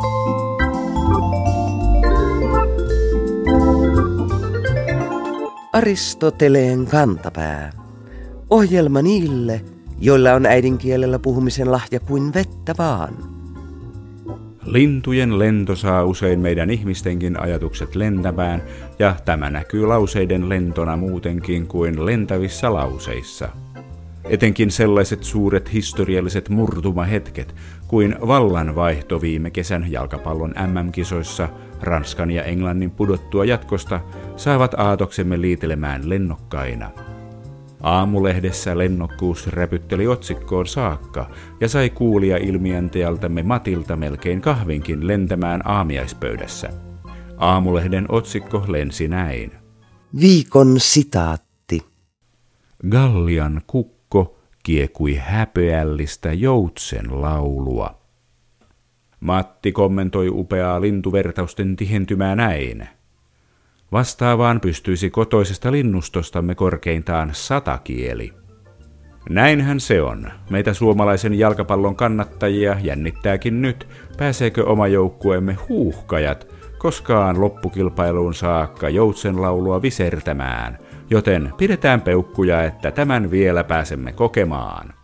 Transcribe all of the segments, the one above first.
Aristoteleen kantapää. Ohjelma niille, joilla on äidinkielellä puhumisen lahja kuin vettä vaan. Lintujen lento saa usein meidän ihmistenkin ajatukset lentämään, ja tämä näkyy lauseiden lentona muutenkin kuin lentävissä lauseissa. Etenkin sellaiset suuret historialliset murtumahetket kuin vallanvaihto viime kesän jalkapallon MM-kisoissa Ranskan ja Englannin pudottua jatkosta saavat aatoksemme liitelemään lennokkaina. Aamulehdessä lennokkuus räpytteli otsikkoon saakka ja sai kuulija ilmiantajaltamme Matilta melkein kahvinkin lentämään aamiaispöydässä. Aamulehden otsikko lensi näin. Viikon sitaatti. Gallian kukko kiekui häpeällistä joutsen laulua. Matti kommentoi upeaa lintuvertausten tihentymää näin. Vastaavaan pystyisi kotoisesta linnustostamme korkeintaan 100 kieli. Näinhän se on. Meitä suomalaisen jalkapallon kannattajia jännittääkin nyt, pääseekö oma joukkueemme huuhkajat koskaan loppukilpailuun saakka joutsenlaulua visertämään, joten pidetään peukkuja, että tämän vielä pääsemme kokemaan.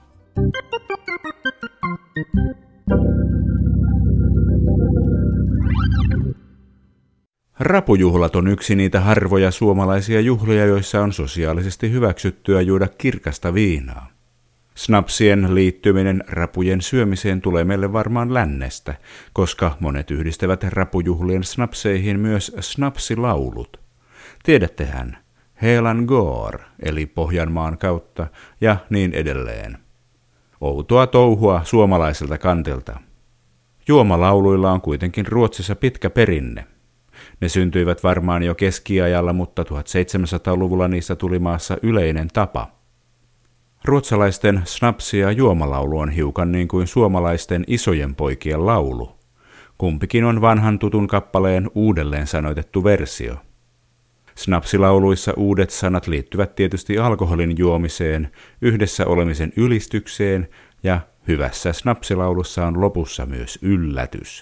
Rapujuhlat on yksi niitä harvoja suomalaisia juhlia, joissa on sosiaalisesti hyväksyttyä juoda kirkasta viinaa. Snapsien liittyminen rapujen syömiseen tulee meille varmaan lännestä, koska monet yhdistävät rapujuhlien snapseihin myös snapsilaulut. Tiedättehän, Helan Goor, eli Pohjanmaan kautta, ja niin edelleen. Outoa touhua suomalaiselta kantilta. Juomalauluilla on kuitenkin Ruotsissa pitkä perinne. Ne syntyivät varmaan jo keskiajalla, mutta 1700-luvulla niistä tuli maassa yleinen tapa. Ruotsalaisten snapsi- ja juomalaulu on hiukan niin kuin suomalaisten isojen poikien laulu. Kumpikin on vanhan tutun kappaleen uudelleen sanoitettu versio. Snapsilauluissa uudet sanat liittyvät tietysti alkoholin juomiseen, yhdessä olemisen ylistykseen ja hyvässä snapsilaulussa on lopussa myös yllätys.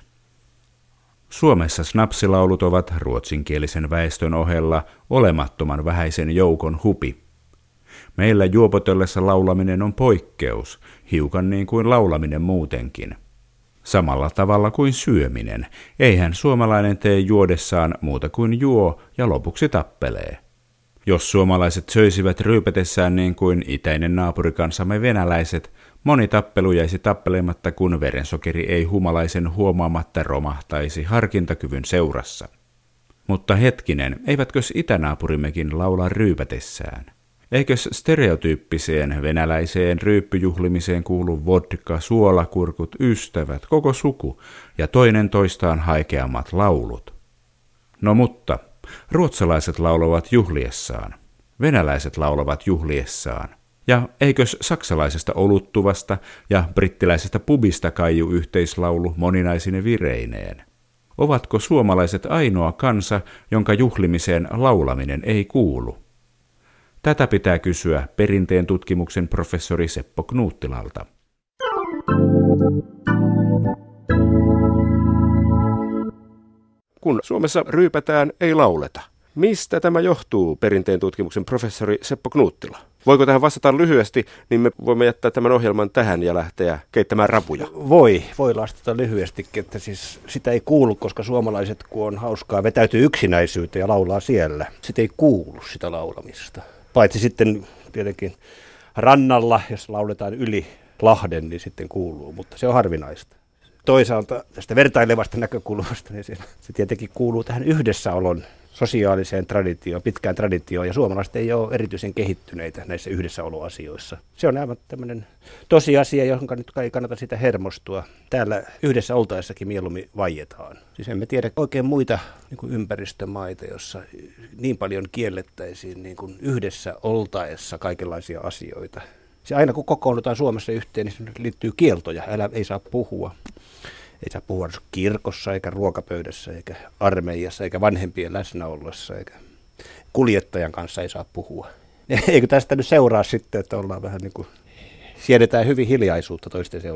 Suomessa snapsilaulut ovat ruotsinkielisen väestön ohella olemattoman vähäisen joukon hupi. Meillä juopotellessa laulaminen on poikkeus, hiukan niin kuin laulaminen muutenkin. Samalla tavalla kuin syöminen, eihän suomalainen tee juodessaan muuta kuin juo ja lopuksi tappelee. Jos suomalaiset söisivät ryypetessään niin kuin itäinen naapurikansamme venäläiset, moni tappelu jäisi tappelematta, kun verensokeri ei humalaisen huomaamatta romahtaisi harkintakyvyn seurassa. Mutta hetkinen, eivätkös itänaapurimmekin laula ryypätessään? Eikös stereotyyppiseen venäläiseen ryyppyjuhlimiseen kuulu vodka, suolakurkut, ystävät, koko suku ja toinen toistaan haikeammat laulut? No mutta, ruotsalaiset laulavat juhliessaan, venäläiset laulavat juhliessaan. Ja eikös saksalaisesta oluttuvasta ja brittiläisestä pubista kaiju yhteislaulu moninaisine vireineen? Ovatko suomalaiset ainoa kansa, jonka juhlimiseen laulaminen ei kuulu? Tätä pitää kysyä perinteen tutkimuksen professori Seppo Knuuttilalta. Kun Suomessa ryypätään, ei lauleta. Mistä tämä johtuu, perinteen tutkimuksen professori Seppo Knuuttila? Voiko tähän vastata lyhyesti, niin me voimme jättää tämän ohjelman tähän ja lähteä keittämään rapuja? Voi vastata lyhyestikin, että siis sitä ei kuulu, koska suomalaiset, kun on hauskaa, vetäytyy yksinäisyyteen ja laulaa siellä. Sitä ei kuulu sitä laulamista. Paitsi sitten tietenkin rannalla, jos lauletaan yli lahden, niin sitten kuuluu, mutta se on harvinaista. Toisaalta tästä vertailevasta näkökulmasta, niin se tietenkin kuuluu tähän yhdessäolon sosiaaliseen traditioon, pitkään traditioon, ja suomalaiset ei ole erityisen kehittyneitä näissä yhdessäoloasioissa. Se on aivan tämmöinen tosiasia, johon nyt ei kannata sitä hermostua. Täällä yhdessä oltaessakin mieluummin vaietaan. Siis emme tiedä oikein muita niin kuin ympäristömaita, jossa niin paljon kiellettäisiin niin kuin yhdessä oltaessa kaikenlaisia asioita. Se aina kun kokoonnutaan Suomessa yhteen, niin liittyy kieltoja. Ei saa puhua. Ei saa puhua kirkossa, eikä ruokapöydässä, eikä armeijassa, eikä vanhempien läsnäolossa, eikä kuljettajan kanssa ei saa puhua. Eikö tästä nyt seuraa sitten, että ollaan vähän niin kuin siedetään hyvin hiljaisuutta toisten seurassa?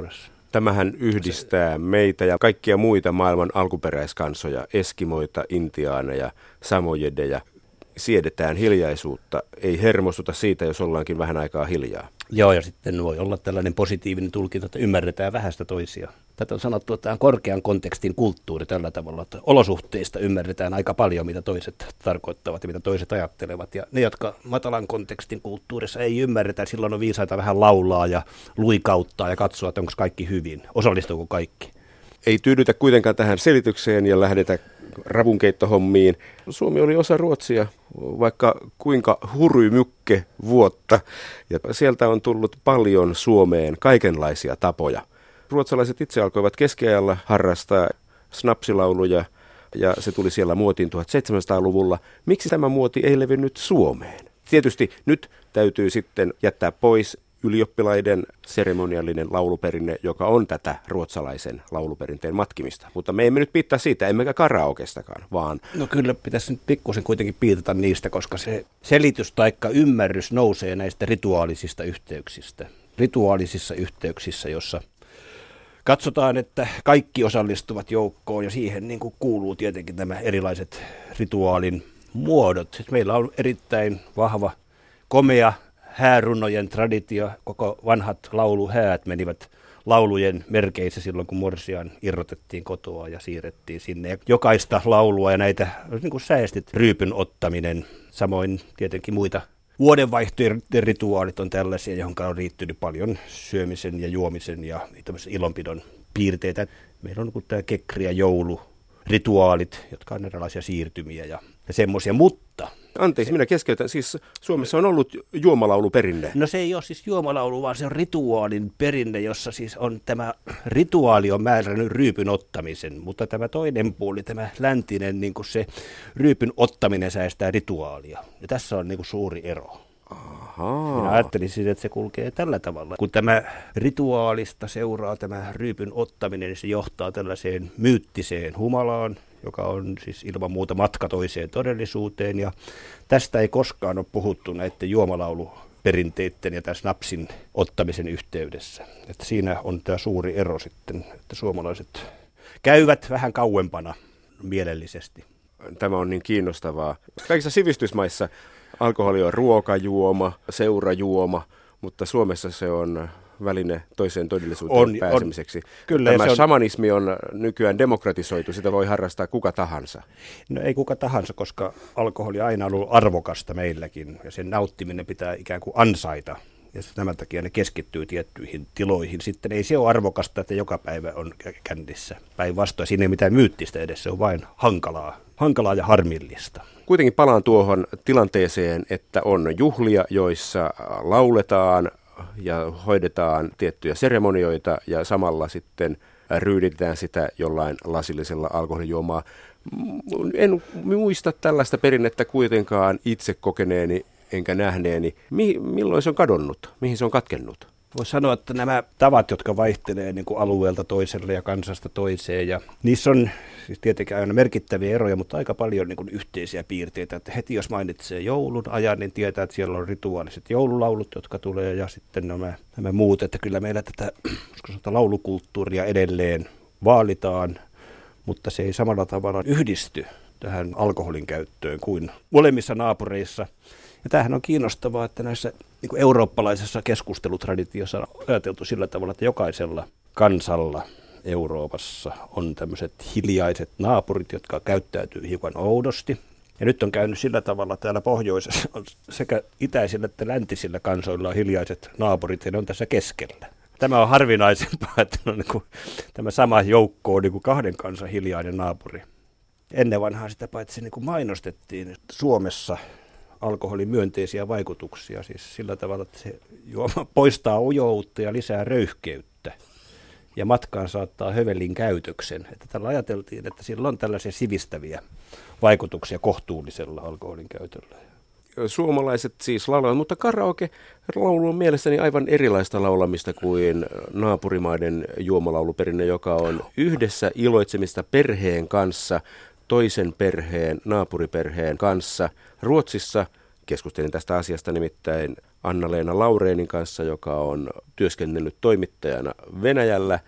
Tämähän yhdistää meitä ja kaikkia muita maailman alkuperäiskansoja, eskimoita, intiaaneja, samojedeja. Siedetään hiljaisuutta, ei hermostuta siitä, jos ollaankin vähän aikaa hiljaa. Joo, ja sitten voi olla tällainen positiivinen tulkinta, että ymmärretään vähän sitä toisia. Tätä on sanottu, että tämä on korkean kontekstin kulttuuri tällä tavalla, että olosuhteista ymmärretään aika paljon, mitä toiset tarkoittavat ja mitä toiset ajattelevat. Ja ne, jotka matalan kontekstin kulttuurissa ei ymmärretä, silloin on viisaita vähän laulaa ja luikauttaa ja katsoa, että onko kaikki hyvin, osallistuuko kaikki. Ei tyydytä kuitenkaan tähän selitykseen ja lähdetä ravunkeittohommiin. Suomi oli osa Ruotsia, vaikka kuinka hurymykke vuotta, ja sieltä on tullut paljon Suomeen kaikenlaisia tapoja. Ruotsalaiset itse alkoivat keskiajalla harrastaa snapsilauluja, ja se tuli siellä muotiin 1700-luvulla. Miksi tämä muoti ei levinnyt Suomeen? Tietysti nyt täytyy sitten jättää pois ylioppilaiden seremoniallinen lauluperinne, joka on tätä ruotsalaisen lauluperinteen matkimista. Mutta me emme nyt pitää siitä, emmekä karaokestakaan, vaan... No kyllä pitäisi nyt pikkusen kuitenkin piitata niistä, koska se selitys taikka ymmärrys nousee näistä rituaalisista yhteyksistä. Rituaalisissa yhteyksissä, jossa katsotaan, että kaikki osallistuvat joukkoon ja siihen niin kuin kuuluu tietenkin nämä erilaiset rituaalin muodot. Meillä on erittäin vahva, komea häärunojen traditio, koko vanhat lauluhäät menivät laulujen merkeissä silloin, kun morsian irrotettiin kotoa ja siirrettiin sinne. Ja jokaista laulua ja näitä niin kuin säestit, ryypyn ottaminen, samoin tietenkin muita vuodenvaihtojen rituaalit on tällaisia, johon on liittynyt paljon syömisen ja juomisen ja ilonpidon piirteitä. Meillä on tämä kekri ja joulu, rituaalit, jotka on erilaisia siirtymiä ja semmoisia, mutta... Anteeksi, minä keskeytän. Siis Suomessa on ollut juomalauluperinne. No se ei ole siis juomalaulu, vaan se on rituaalin perinne, jossa siis on tämä rituaali on määrännyt ryypyn ottamisen, mutta tämä toinen puoli, tämä läntinen, niin kuin se ryypyn ottaminen säästää rituaalia. Ja tässä on niin kuin suuri ero. Ahaa. Minä ajattelisin, että se kulkee tällä tavalla. Kun tämä rituaalista seuraa tämä ryypyn ottaminen, niin se johtaa tällaiseen myyttiseen humalaan, joka on siis ilman muuta matka toiseen todellisuuteen. Ja tästä ei koskaan ole puhuttu näiden juomalauluperinteiden ja tämän snapsin ottamisen yhteydessä. Että siinä on tämä suuri ero sitten, että suomalaiset käyvät vähän kauempana mielellisesti. Tämä on niin kiinnostavaa. Kaikissa sivistysmaissa alkoholi on ruokajuoma, seurajuoma, mutta Suomessa se on väline toiseen todellisuuteen pääsemiseksi. Kyllä, tämä shamanismi on nykyään demokratisoitu, sitä voi harrastaa kuka tahansa. No ei kuka tahansa, koska alkoholi on aina ollut arvokasta meilläkin ja sen nauttiminen pitää ikään kuin ansaita. Ja tämän takia ne keskittyy tiettyihin tiloihin. Sitten ei se ole arvokasta, että joka päivä on kännissä. Päinvastoin siinä ei mitään myyttistä edes, se on vain hankalaa ja harmillista. Kuitenkin palaan tuohon tilanteeseen, että on juhlia, joissa lauletaan ja hoidetaan tiettyjä seremonioita ja samalla sitten ryyditään sitä jollain lasillisella alkoholijuomaa. En muista tällaista perinnettä kuitenkaan itse kokeneeni enkä nähneeni. Milloin se on kadonnut? Mihin se on katkennut? Voisi sanoa, että nämä tavat, jotka vaihtelee niin kuin alueelta toiselle ja kansasta toiseen, ja niissä on siis tietenkin aina merkittäviä eroja, mutta aika paljon niin kuin yhteisiä piirteitä. Että heti jos mainitsee joulun ajan, niin tietää, että siellä on rituaaliset joululaulut, jotka tulee, ja sitten nämä muut. Että kyllä meillä tätä laulukulttuuria edelleen vaalitaan, mutta se ei samalla tavalla yhdisty tähän alkoholin käyttöön kuin molemmissa naapureissa. Ja tämähän on kiinnostavaa, että näissä niin kuin eurooppalaisessa keskustelutraditiossa on ajateltu sillä tavalla, että jokaisella kansalla Euroopassa on tämmöiset hiljaiset naapurit, jotka käyttäytyy hiukan oudosti. Ja nyt on käynyt sillä tavalla, että täällä pohjoisessa on sekä itäisillä että läntisillä kansoilla on hiljaiset naapurit, ja ne on tässä keskellä. Tämä on harvinaisempaa, että on niin kuin, tämä sama joukko on niin kuin kahden kansan hiljainen naapuri. Ennen vanhaa sitä paitsi niin kuin mainostettiin Suomessa alkoholin myönteisiä vaikutuksia, siis sillä tavalla, että se juoma poistaa ujoutta ja lisää röyhkeyttä ja matkaan saattaa hövelin käytöksen. Että tällä ajateltiin, että sillä on tällaisia sivistäviä vaikutuksia kohtuullisella alkoholin käytöllä. Suomalaiset siis laulavat, mutta karaoke-laulu on mielestäni aivan erilaista laulamista kuin naapurimaiden juomalauluperinne, joka on yhdessä iloitsemista perheen kanssa, toisen perheen, naapuriperheen kanssa. Ruotsissa keskustelin tästä asiasta nimittäin Anna-Leena Laureenin kanssa, joka on työskennellyt toimittajana Venäjällä.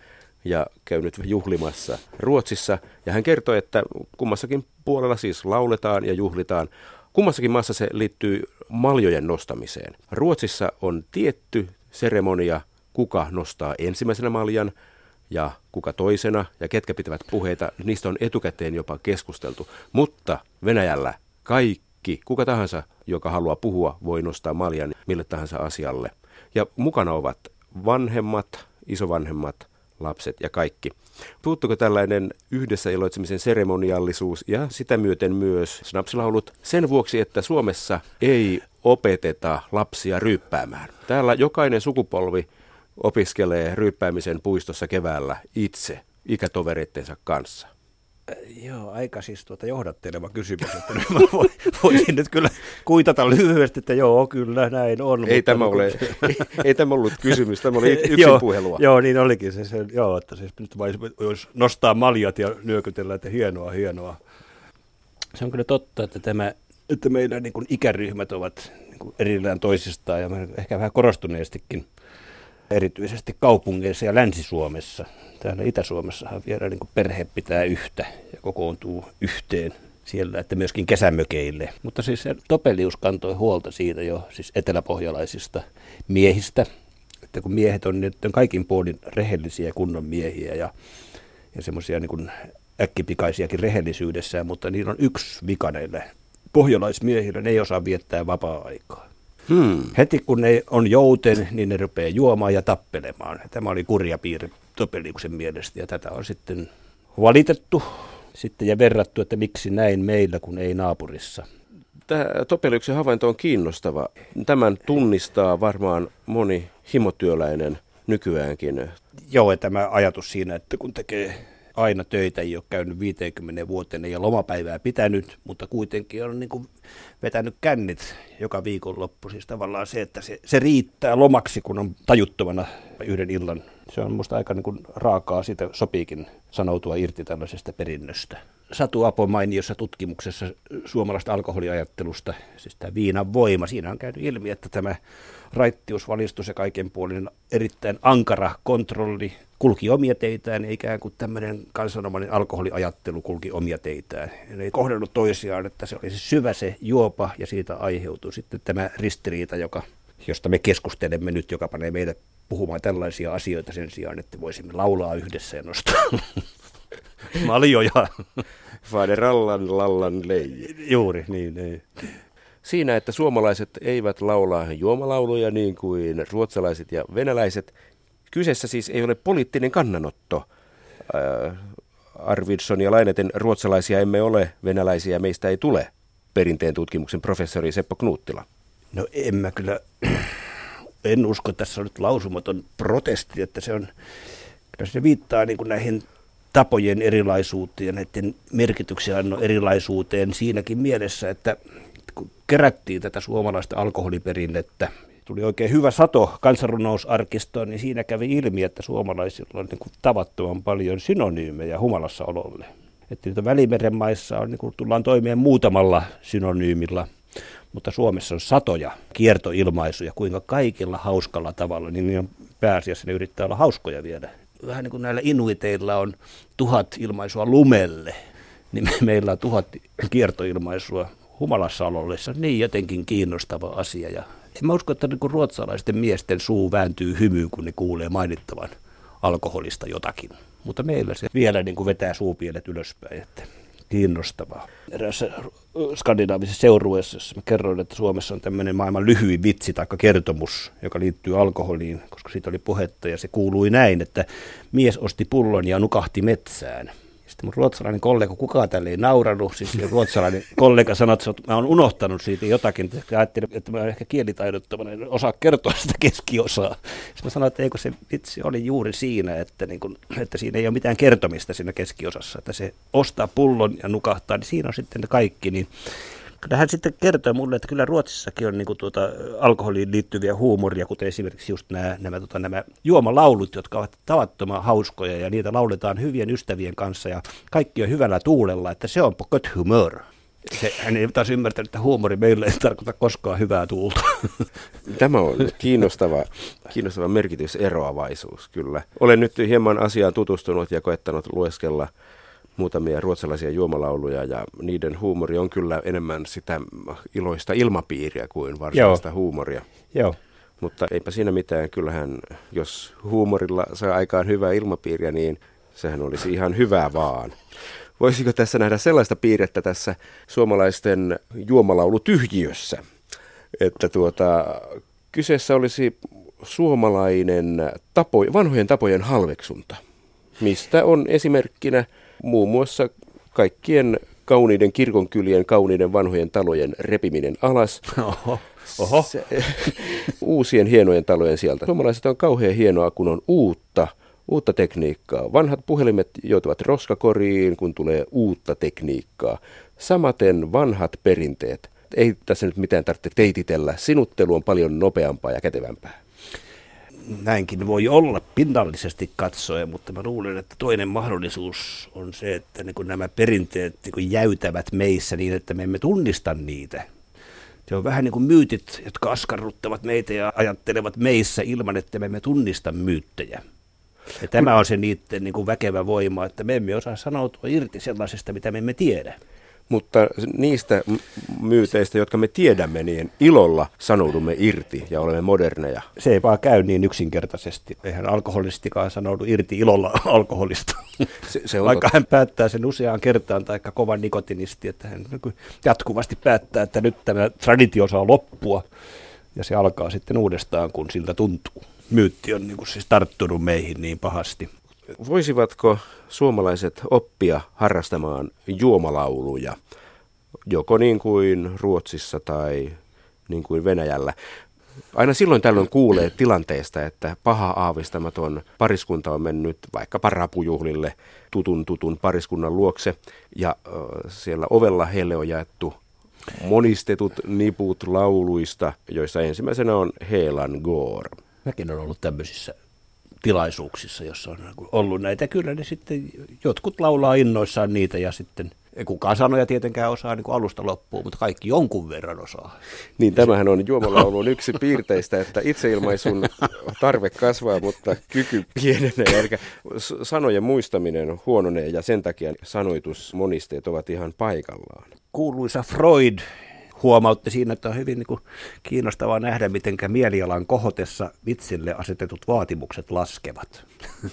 ja käynyt juhlimassa Ruotsissa. Ja hän kertoi, että kummassakin puolella siis lauletaan ja juhlitaan. Kummassakin maassa se liittyy maljojen nostamiseen. Ruotsissa on tietty seremonia, kuka nostaa ensimmäisenä maljan ja kuka toisena ja ketkä pitävät puheita. Niistä on etukäteen jopa keskusteltu. Mutta Venäjällä kaikki, kuka tahansa, joka haluaa puhua, voi nostaa maljan mille tahansa asialle. Ja mukana ovat vanhemmat, isovanhemmat, lapset ja kaikki. Puuttuuko tällainen yhdessä iloitsemisen seremoniallisuus ja sitä myöten myös snapsilaulut sen vuoksi, että Suomessa ei opeteta lapsia ryyppäämään? Täällä jokainen sukupolvi opiskelee ryyppäämisen puistossa keväällä itse ikätovereittensa kanssa. Joo, aika siis johdatteleva kysymys, että mä voisin nyt kyllä kuitata lyhyesti, että joo, kyllä näin on. Ei tämä ollut kysymys, tämä oli yksin puhelua. Joo, niin olikin se joo, että siis nyt voisi nostaa maljat ja nyökytellä, että hienoa. Se on kyllä totta, että meidän niin kuin ikäryhmät ovat niin kuin erillään toisistaan ja ehkä vähän korostuneestikin. Erityisesti kaupungeissa ja Länsi-Suomessa. Täällä Itä-Suomessahan vielä niin kuin perhe pitää yhtä ja kokoontuu yhteen siellä, että myöskin kesämökeille. Mutta siis Topelius kantoi huolta siitä jo siis eteläpohjalaisista miehistä, että kun miehet on nyt kaikin puolin rehellisiä kunnon miehiä ja semmoisia niin kuin äkkipikaisiakin rehellisyydessään, mutta niillä on yksi vika näille pohjalaismiehillä, ne ei osaa viettää vapaa-aikaa. Heti kun ne on jouten, niin ne rupeaa juomaan ja tappelemaan. Tämä oli kurja piirre Topeliuksen mielestä ja tätä on sitten valitettu sitten ja verrattu, että miksi näin meillä kun ei naapurissa. Tämä Topeliuksen havainto on kiinnostava. Tämän tunnistaa varmaan moni himotyöläinen nykyäänkin. Joo, tämä ajatus siinä, että kun tekee aina töitä, ei ole käynyt 50 vuoteen, ei ole lomapäivää pitänyt, mutta kuitenkin on niin kuin vetänyt kännit joka viikonloppu. Siis tavallaan se, että se riittää lomaksi, kun on tajuttomana yhden illan. Se on musta aika niin kuin raakaa, siitä sopiikin sanoutua irti tällaisesta perinnöstä. Satu Apon mainiossa tutkimuksessa suomalaista alkoholiajattelusta, siis tämä viinan voima, siinä on käynyt ilmi, että tämä raittiusvalistus ja kaikenpuolinen erittäin ankara kontrolli kulki omia teitään, ikään kuin tämmöinen kansanomainen alkoholiajattelu kulki omia teitään. Ne ei kohdannut toisiaan, että se olisi syvä se juopa ja siitä aiheutui sitten tämä ristiriita, josta me keskustelemme nyt, joka panee meidät puhumaan tällaisia asioita sen sijaan, että voisimme laulaa yhdessä ja nostaa maljoja. Faderallan lallan leiji. Juuri, niin ei. Siinä, että suomalaiset eivät laulaa juomalauluja niin kuin ruotsalaiset ja venäläiset. Kyseessä siis ei ole poliittinen kannanotto. Arvidsson ja laineten ruotsalaisia emme ole, venäläisiä meistä ei tule, perinteen tutkimuksen professori Seppo Knuuttila. No en usko, että tässä on nyt lausumaton protesti, että se viittaa niin kuin näihin tapojen erilaisuuteen ja näiden merkityksen erilaisuuteen siinäkin mielessä, että kun kerättiin tätä suomalaista alkoholiperinnettä, tuli oikein hyvä sato kansanrunousarkistoon, niin siinä kävi ilmi, että suomalaisilla on niin kuin tavattoman paljon synonyymejä humalassaololle. Että niitä Välimeren maissa on, niin kuin tullaan toimeen muutamalla synonyymilla, mutta Suomessa on satoja kiertoilmaisuja, kuinka kaikilla hauskalla tavalla, niin on pääasiassa ne yrittää olla hauskoja vielä. Vähän niin kuin näillä inuiteilla on 1000 ilmaisua lumelle, niin meillä on 1000 kiertoilmaisua humalassaololle. Se on niin jotenkin kiinnostava asia. Ja en mä usko, että niin kuin ruotsalaisten miesten suu vääntyy hymyyn, kun ne kuulee mainittavan alkoholista jotakin. Mutta meillä se vielä niin kuin vetää suupielet ylöspäin, että kiinnostavaa. Eräässä skandinaavisessa seurueessa, jossa mä kerroin, että Suomessa on tämmöinen maailman lyhyin vitsi tai kertomus, joka liittyy alkoholiin, koska siitä oli puhetta ja se kuului näin, että mies osti pullon ja nukahti metsään. Sitten mun ruotsalainen kollega, kukaan tälle ei nauranut, siis ruotsalainen kollega sanoi, että mä oon unohtanut siitä jotakin, että ajattelin, että mä oon ehkä kielitaidottomana, en osaa kertoa sitä keskiosaa. Sitten mä sanoin, että eikö se vitsi oli juuri siinä, että siinä ei ole mitään kertomista siinä keskiosassa, että se ostaa pullon ja nukahtaa, niin siinä on sitten ne kaikki, niin kyllä hän sitten kertoi mulle, että kyllä Ruotsissakin on alkoholiin liittyviä huumoria, kuten esimerkiksi just nämä juomalaulut, jotka ovat tavattoman hauskoja ja niitä lauletaan hyvien ystävien kanssa ja kaikki on hyvällä tuulella, että se on på gott humör. Hän ei taas ymmärtänyt, että huumori meille ei tarkoita koskaan hyvää tuulta. Tämä on kiinnostava merkityseroavaisuus, kyllä. Olen nyt hieman asiaan tutustunut ja koettanut lueskella muutamia ruotsalaisia juomalauluja, ja niiden huumori on kyllä enemmän sitä iloista ilmapiiriä kuin varsinaista huumoria. Joo. Mutta eipä siinä mitään, kyllähän jos huumorilla saa aikaan hyvää ilmapiiriä, niin sehän olisi ihan hyvää vaan. Voisiko tässä nähdä sellaista piirrettä tässä suomalaisten juomalaulutyhjiössä, että kyseessä olisi suomalainen vanhojen tapojen halveksunta, mistä on esimerkkinä muun muassa kaikkien kauniiden kirkonkylien, kauniiden vanhojen talojen repiminen alas. Oho. Uusien hienojen talojen sieltä. Suomalaiset on kauhean hienoa, kun on uutta tekniikkaa. Vanhat puhelimet joutuvat roskakoriin, kun tulee uutta tekniikkaa. Samaten vanhat perinteet. Ei tässä nyt mitään tarvitse teititellä. Sinuttelu on paljon nopeampaa ja kätevämpää. Näinkin voi olla pinnallisesti katsoen, mutta mä luulen, että toinen mahdollisuus on se, että niin kun nämä perinteet niin kun jäytävät meissä niin, että me emme tunnista niitä. Se on vähän niin kuin myytit, jotka askarruttavat meitä ja ajattelevat meissä ilman, että me emme tunnista myyttejä. Ja tämä on se niiden niin kuin väkevä voima, että me emme osaa sanoutua irti sellaisesta, mitä me emme tiedä. Mutta niistä myyteistä, jotka me tiedämme, niin ilolla sanoudumme irti ja olemme moderneja. Se ei vaan käy niin yksinkertaisesti. Eihän alkoholistikaan sanoudu irti ilolla alkoholista. Se on vaikka hän päättää sen useaan kertaan, tai kova nikotinisti, että hän jatkuvasti päättää, että nyt tämä traditio saa loppua. Ja se alkaa sitten uudestaan, kun siltä tuntuu. Myytti on niin kuin siis tarttunut meihin niin pahasti. Voisivatko suomalaiset oppia harrastamaan juomalauluja, joko niin kuin Ruotsissa tai niin kuin Venäjällä? Aina silloin tällöin kuulee tilanteesta, että paha aavistamaton pariskunta on mennyt vaikkapa rapujuhlille tutun pariskunnan luokse, ja siellä ovella heille on jaettu monistetut niput lauluista, joissa ensimmäisenä on Helan Gård. Mäkin olen ollut tämmöisissä tilaisuuksissa, jossa on ollut näitä. Kyllä ne sitten jotkut laulaa innoissaan niitä ja sitten ei kukaan sanoja tietenkään osaa niin kuin alusta loppuun, mutta kaikki jonkun verran osaa. Niin tämähän on juomalaulun yksi piirteistä, että itseilmaisun tarve kasvaa, mutta kyky pienenee. Eli sanojen muistaminen huononee ja sen takia sanoitusmonisteet ovat ihan paikallaan. Kuuluisa Freud huomautti siinä, että on hyvin niin kuin kiinnostavaa nähdä, miten mielialan kohotessa vitsille asetetut vaatimukset laskevat.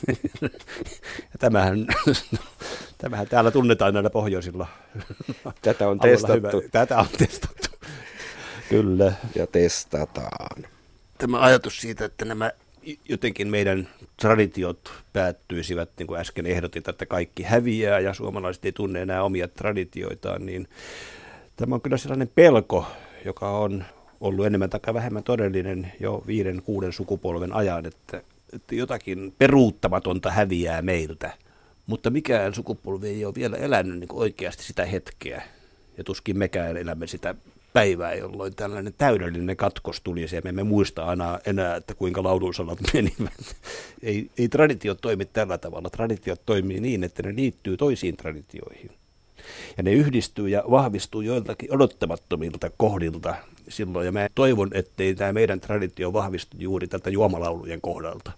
Ja tämähän täällä tunnetaan näillä pohjoisilla. Tätä on testattu. Tätä on testattu. Kyllä. Ja testataan. Tämä ajatus siitä, että nämä jotenkin meidän traditiot päättyisivät, niin kuin äsken ehdotit, että kaikki häviää ja suomalaiset ei tunne enää omia traditioitaan, niin tämä on kyllä sellainen pelko, joka on ollut enemmän tai vähemmän todellinen jo 5-6 sukupolven ajan, että jotakin peruuttamatonta häviää meiltä. Mutta mikään sukupolvi ei ole vielä elänyt niin kuin oikeasti sitä hetkeä, ja tuskin mekään elämme sitä päivää, jolloin tällainen täydellinen katkos tuli, ja me emme muista enää, että kuinka laulunsanat menivät. Ei traditiot toimi tällä tavalla. Traditiot toimii niin, että ne liittyy toisiin traditioihin. Ja ne yhdistyy ja vahvistuu joiltakin odottamattomilta kohdilta silloin. Ja mä toivon, ettei tämä meidän traditio vahvistu juuri tältä juomalaulujen kohdalta.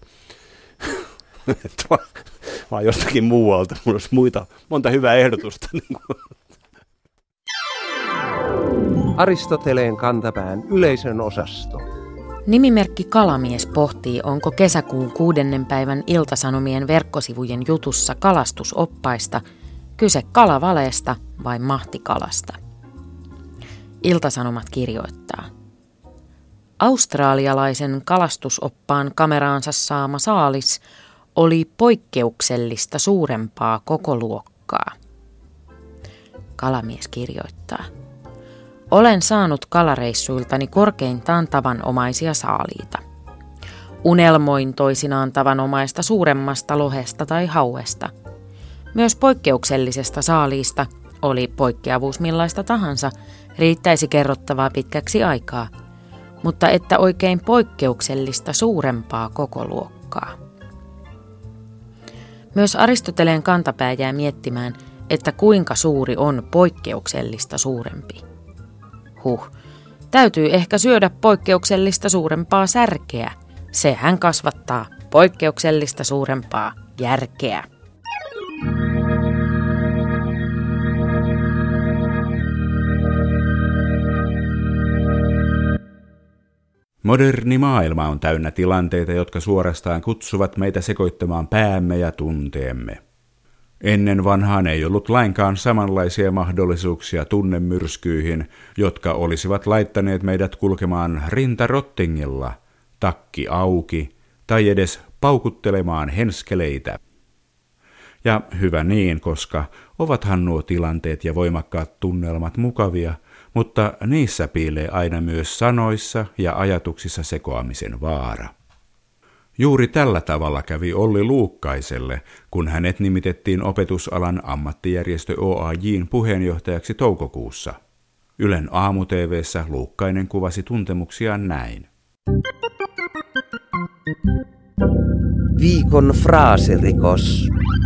Vaan jostakin muualta. Mulla olisi monta hyvää ehdotusta. Aristoteleen kantapään yleisön osasto. Nimimerkki Kalamies pohtii, onko kesäkuun 6. päivän Ilta-Sanomien verkkosivujen jutussa kalastusoppaista kyse kalavaleesta vai mahtikalasta. Ilta-Sanomat kirjoittaa. Australialaisen kalastusoppaan kameraansa saama saalis oli poikkeuksellista suurempaa kokoluokkaa. Kalamies kirjoittaa. Olen saanut kalareissuiltani korkeintaan tavanomaisia saaliita. Unelmoin toisinaan tavanomaista suuremmasta lohesta tai hauesta. Myös poikkeuksellisesta saaliista, oli poikkeavuus millaista tahansa, riittäisi kerrottavaa pitkäksi aikaa, mutta että oikein poikkeuksellista suurempaa kokoluokkaa. Myös Aristoteleen kantapää jää miettimään, että kuinka suuri on poikkeuksellista suurempi. Täytyy ehkä syödä poikkeuksellista suurempaa särkeä. Sehän kasvattaa poikkeuksellista suurempaa järkeä. Moderni maailma on täynnä tilanteita, jotka suorastaan kutsuvat meitä sekoittamaan päämme ja tunteemme. Ennen vanhaan ei ollut lainkaan samanlaisia mahdollisuuksia tunnemyrskyihin, jotka olisivat laittaneet meidät kulkemaan rintarottingilla, takki auki tai edes paukuttelemaan henskeleitä. Ja hyvä niin, koska ovathan nuo tilanteet ja voimakkaat tunnelmat mukavia, mutta niissä piilee aina myös sanoissa ja ajatuksissa sekoamisen vaara. Juuri tällä tavalla kävi Olli Luukkaiselle, kun hänet nimitettiin opetusalan ammattijärjestö OAJ:n puheenjohtajaksi toukokuussa. Ylen aamu-tv:ssä Luukkainen kuvasi tuntemuksiaan näin. Viikon fraasirikos.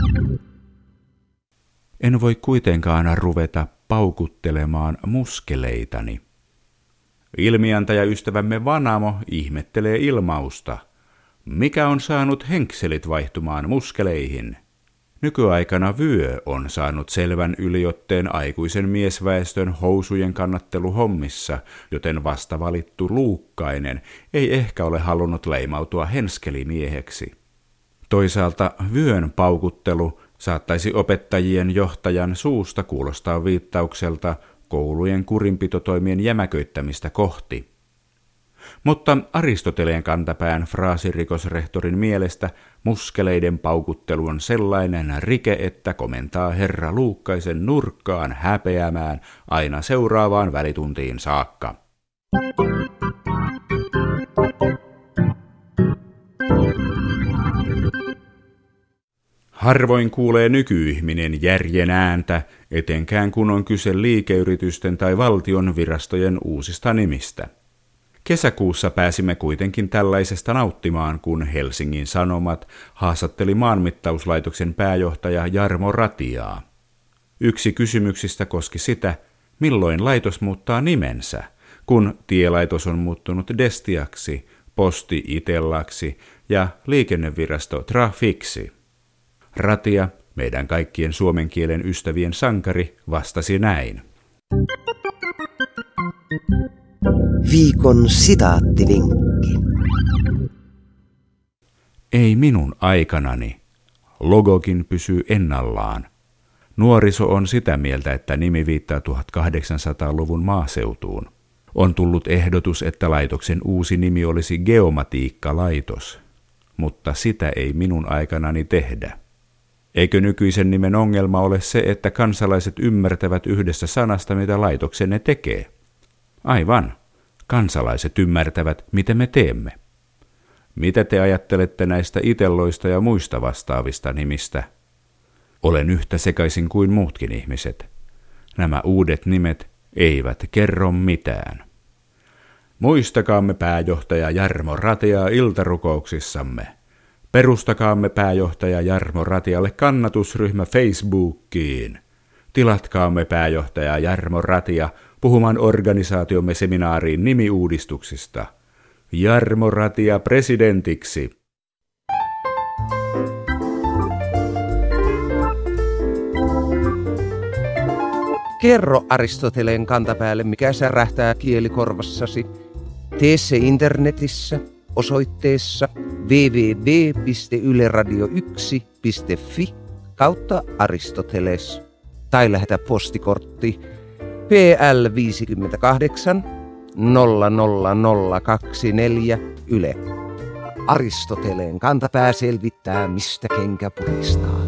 En voi kuitenkaan ruveta paukuttelemaan muskeleitani. Ilmiantajaystävämme Vanamo ihmettelee ilmausta. Mikä on saanut henkselit vaihtumaan muskeleihin? Nykyaikana vyö on saanut selvän yliotteen aikuisen miesväestön housujen kannatteluhommissa, joten vasta valittu Luukkainen ei ehkä ole halunnut leimautua henskelimieheksi. Toisaalta vyön paukuttelu saattaisi opettajien johtajan suusta kuulostaa viittaukselta koulujen kurinpitotoimien jämäköittämistä kohti. Mutta Aristoteleen kantapään fraasirikosrehtorin mielestä muskeleiden paukuttelu on sellainen rike, että komentaa herra Luukkaisen nurkkaan häpeämään aina seuraavaan välituntiin saakka. Harvoin kuulee nykyihminen järjen ääntä, etenkään kun on kyse liikeyritysten tai valtion virastojen uusista nimistä. Kesäkuussa pääsimme kuitenkin tällaisesta nauttimaan, kun Helsingin Sanomat haastatteli Maanmittauslaitoksen pääjohtaja Jarmo Ratiaa. Yksi kysymyksistä koski sitä, milloin laitos muuttaa nimensä, kun tielaitos on muuttunut Destiaksi, Posti Itellaksi ja liikennevirasto Trafiksi. Ratia, meidän kaikkien suomen kielen ystävien sankari, vastasi näin. Viikon sitaattivinkki. Ei minun aikanani. Logokin pysyy ennallaan. Nuoriso on sitä mieltä, että nimi viittaa 1800-luvun maaseutuun. On tullut ehdotus, että laitoksen uusi nimi olisi Geomatiikkalaitos, mutta sitä ei minun aikanani tehdä. Eikö nykyisen nimen ongelma ole se, että kansalaiset ymmärtävät yhdessä sanasta, mitä laitoksenne tekee? Aivan. Kansalaiset ymmärtävät, mitä me teemme. Mitä te ajattelette näistä Itelloista ja muista vastaavista nimistä? Olen yhtä sekaisin kuin muutkin ihmiset. Nämä uudet nimet eivät kerro mitään. Muistakaamme pääjohtaja Jarmo Ratiaa iltarukouksissamme. Perustakaamme pääjohtaja Jarmo Ratialle kannatusryhmä Facebookiin. Tilatkaamme pääjohtaja Jarmo Ratia puhumaan organisaatiomme seminaariin nimiuudistuksista. Jarmo Ratia presidentiksi. Kerro Aristoteleen kantapäälle, mikä särähtää kielikorvassasi. Tee se internetissä osoitteessa www.yleradio1.fi/Aristoteles tai lähetä postikortti PL 58 00024 Yle. Aristoteleen kantapää selvittää, mistä kenkä puristaa.